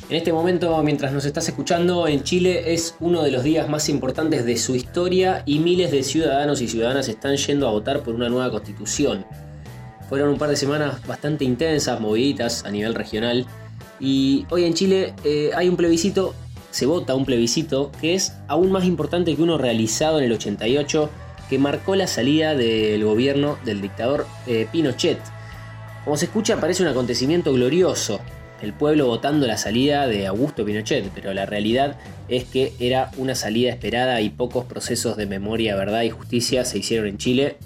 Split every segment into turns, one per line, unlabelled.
En este momento, mientras nos estás escuchando, en Chile es uno de los días más importantes de su historia y miles de ciudadanos y ciudadanas están yendo a votar por una nueva constitución. Fueron un par de semanas bastante intensas, moviditas a nivel regional, y hoy en Chile hay un plebiscito, se vota un plebiscito que es aún más importante que uno realizado en el 88, que marcó la salida del gobierno del dictador Pinochet. Como se escucha, parece un acontecimiento glorioso, el pueblo votando la salida de Augusto Pinochet, pero la realidad es que era una salida esperada y pocos procesos de memoria, verdad y justicia se hicieron en Chile,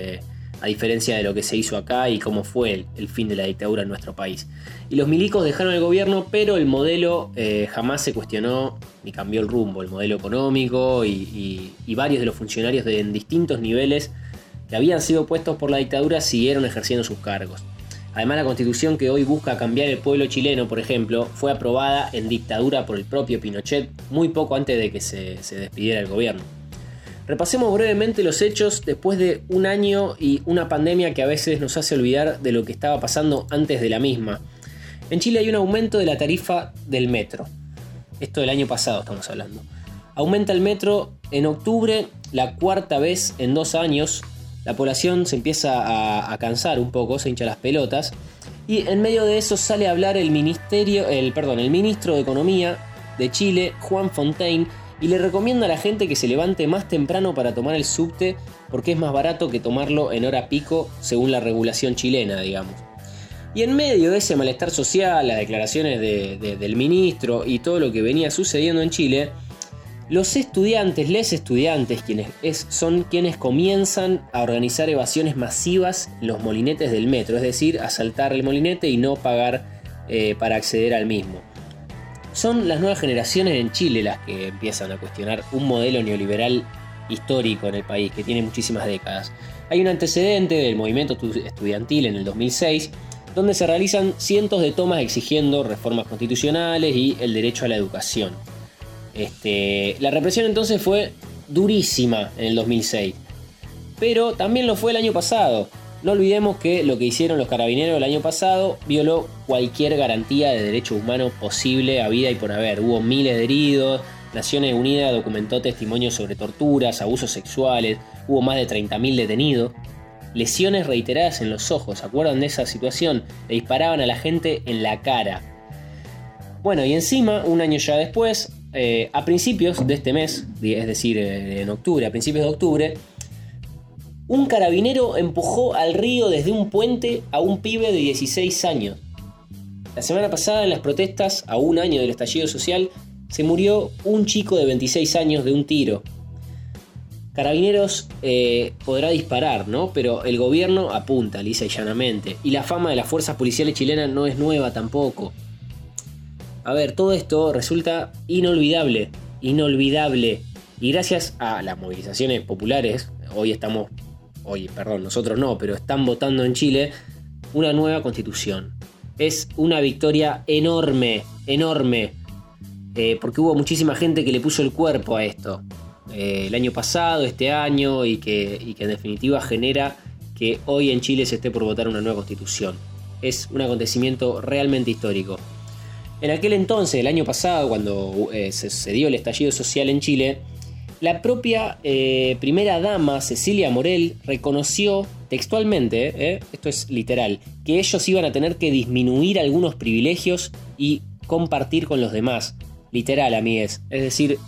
a diferencia de lo que se hizo acá y cómo fue el fin de la dictadura en nuestro país. Y los milicos dejaron el gobierno, pero el modelo jamás se cuestionó ni cambió el rumbo. El modelo económico y varios de los funcionarios en distintos niveles que habían sido puestos por la dictadura siguieron ejerciendo sus cargos. Además, la constitución que hoy busca cambiar el pueblo chileno, por ejemplo, fue aprobada en dictadura por el propio Pinochet muy poco antes de que se despidiera el gobierno. Repasemos brevemente los hechos después de un año y una pandemia que a veces nos hace olvidar de lo que estaba pasando antes de la misma. En Chile hay un aumento de la tarifa del metro. Esto del año pasado estamos hablando. Aumenta el metro en octubre, la cuarta vez en 2 años. La población se empieza a cansar un poco, se hincha las pelotas. Y en medio de eso sale a hablar el ministro de Economía de Chile, Juan Fontaine, y le recomienda a la gente que se levante más temprano para tomar el subte porque es más barato que tomarlo en hora pico según la regulación chilena, digamos. Y en medio de ese malestar social, las declaraciones del ministro y todo lo que venía sucediendo en Chile, les estudiantes son quienes comienzan a organizar evasiones masivas en los molinetes del metro, es decir, asaltar el molinete y no pagar para acceder al mismo. Son las nuevas generaciones en Chile las que empiezan a cuestionar un modelo neoliberal histórico en el país que tiene muchísimas décadas. Hay un antecedente del movimiento estudiantil en el 2006, donde se realizan cientos de tomas exigiendo reformas constitucionales y el derecho a la educación. La represión entonces fue durísima en el 2006, pero también lo fue el año pasado. No olvidemos que lo que hicieron los carabineros el año pasado violó cualquier garantía de derechos humanos posible a vida y por haber. Hubo miles de heridos, Naciones Unidas documentó testimonios sobre torturas, abusos sexuales, hubo más de 30.000 detenidos. Lesiones reiteradas en los ojos, ¿se acuerdan de esa situación? Le disparaban a la gente en la cara. Bueno, y encima, un año ya después, a principios de este mes, es decir, a principios de octubre, un carabinero empujó al río desde un puente a un pibe de 16 años. La semana pasada, en las protestas, a un año del estallido social, se murió un chico de 26 años de un tiro. Carabineros podrá disparar, ¿no? Pero el gobierno apunta lisa y llanamente. Y la fama de las fuerzas policiales chilenas no es nueva tampoco. A ver, todo esto resulta inolvidable. Y gracias a las movilizaciones populares, nosotros no, pero están votando en Chile una nueva constitución. Es una victoria enorme, porque hubo muchísima gente que le puso el cuerpo a esto. El año pasado, este año, y que en definitiva genera que hoy en Chile se esté por votar una nueva constitución. Es un acontecimiento realmente histórico. En aquel entonces, el año pasado, cuando se dio el estallido social en Chile, la propia primera dama, Cecilia Morel, reconoció textualmente, esto es literal, que ellos iban a tener que disminuir algunos privilegios y compartir con los demás. Literal, amigues. Es decir,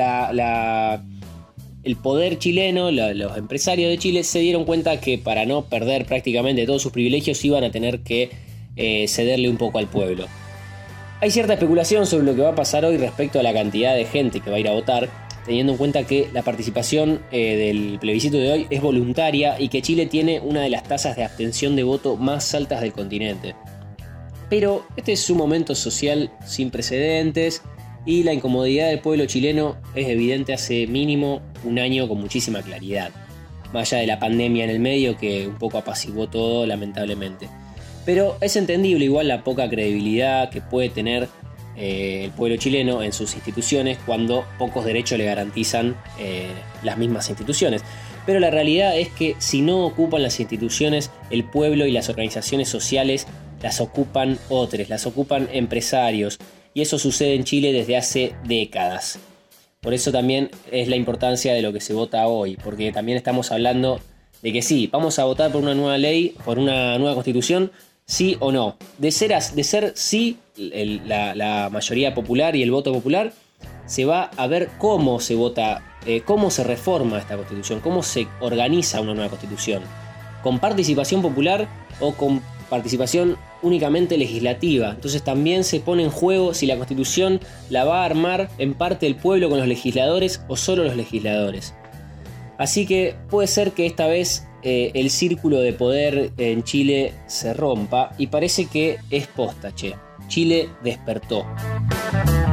el poder chileno, los empresarios de Chile se dieron cuenta que para no perder prácticamente todos sus privilegios iban a tener que cederle un poco al pueblo. Hay cierta especulación sobre lo que va a pasar hoy respecto a la cantidad de gente que va a ir a votar, teniendo en cuenta que la participación del plebiscito de hoy es voluntaria y que Chile tiene una de las tasas de abstención de voto más altas del continente. Pero este es un momento social sin precedentes y la incomodidad del pueblo chileno es evidente hace mínimo un año con muchísima claridad, más allá de la pandemia en el medio que un poco apaciguó todo, lamentablemente. Pero es entendible igual la poca credibilidad que puede tener el pueblo chileno en sus instituciones cuando pocos derechos le garantizan las mismas instituciones. Pero la realidad es que si no ocupan las instituciones, el pueblo y las organizaciones sociales las ocupan otros, las ocupan empresarios. y eso sucede en Chile desde hace décadas. Por eso también es la importancia de lo que se vota hoy, porque también estamos hablando de que sí, vamos a votar por una nueva ley, por una nueva constitución, sí o no. De ser sí, la mayoría popular y el voto popular, se va a ver cómo se vota, cómo se reforma esta constitución, cómo se organiza una nueva constitución. ¿Con participación popular o con participación únicamente legislativa? Entonces también se pone en juego si la constitución la va a armar en parte el pueblo con los legisladores o solo los legisladores. Así que puede ser que esta vez el círculo de poder en Chile se rompa y parece que es posta, che. Chile despertó.